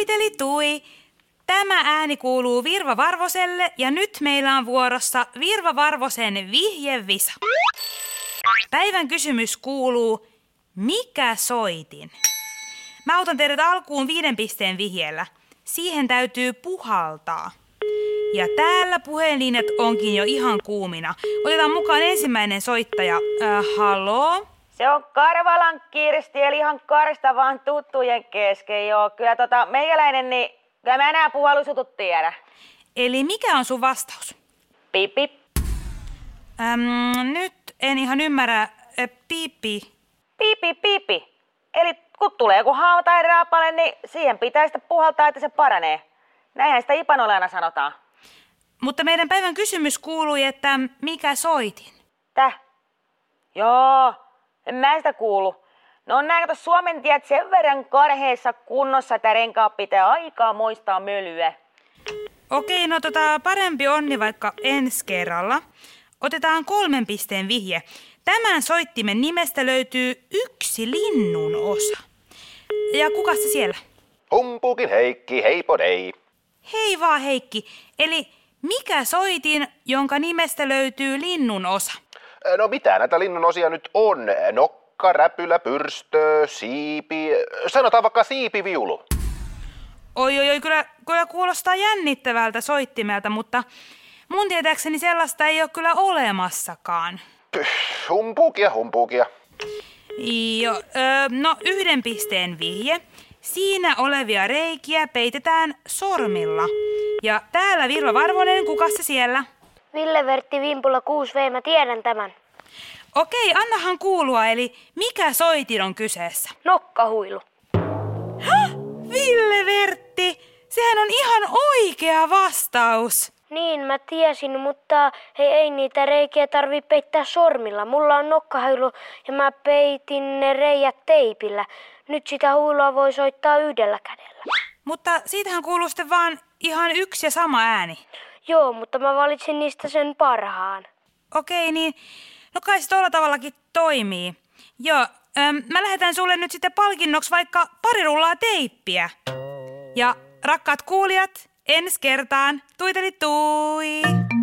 Tuiteli tui. Tämä ääni kuuluu Virva Varvoselle ja nyt meillä on vuorossa Virva Varvosen vihjevisa. Päivän kysymys kuuluu, mikä soitin? Mä autan teidät alkuun 5 pisteen vihjeellä. Siihen täytyy puhaltaa. Ja täällä puhelinjat onkin jo ihan kuumina. Otetaan mukaan ensimmäinen soittaja. Haloo? Se on Karvalan Kirsti, eli ihan Karsta vaan tuttujen kesken, joo. Kyllä meikäläinen, niin kyllä mä enää puhallusjutut tiedä. Eli mikä on sun vastaus? Pip, pip. Nyt en ihan ymmärrä. Piippi. Piipi, piipi. Eli kun tulee joku haava tai raapale, niin siihen pitää sitten puhaltaa, että se paranee. Näinhän sitä ipanolena sanotaan. Mutta meidän päivän kysymys kuului, että mikä soitin? Täh? Joo, en mä sitä kuulu. No on nää Suomen tiet sen verran karheessa kunnossa, että renkaat pitää aikaa muistaa mölyä. Okei, no parempi onni vaikka ensi kerralla. Otetaan 3 pisteen vihje. Tämän soittimen nimestä löytyy 1 linnun osa. Ja kuka se siellä? Humpukin Heikki, heipodei. Hei vaan Heikki. Eli mikä soitin, jonka nimestä löytyy linnun osa? No mitä näitä linnun osia nyt on? Nokka, räpylä, pyrstö, siipi. Sanotaan vaikka siipiviulu. Oi, kyllä kuulostaa jännittävältä soittimelta, mutta mun tietääkseni sellaista ei ole kyllä olemassakaan. Humpuukia. Joo, no 1 pisteen vihje. Siinä olevia reikiä peitetään sormilla. Ja täällä Virva Varvonen, kukas se siellä? Ville-Vertti Vimpula 6V, mä tiedän tämän. Okei, annahan kuulua, eli mikä soitin on kyseessä? Nokkahuilu. Häh? Ville-Vertti, sehän on ihan oikea vastaus. Niin, mä tiesin, mutta ei niitä reikiä tarvii peittää sormilla. Mulla on nokkahuilu ja mä peitin ne reijät teipillä. Nyt sitä huilua voi soittaa 1 kädellä. Mutta siitähän kuuluu sitten vaan ihan 1 ja sama ääni. Joo, mutta mä valitsin niistä sen parhaan. Okei, niin no kai se tuolla tavallakin toimii. Joo, mä lähetän sulle nyt sitten palkinnoksi vaikka 2 rullaa teippiä. Ja rakkaat kuulijat, ensi kertaan tuiteli tui!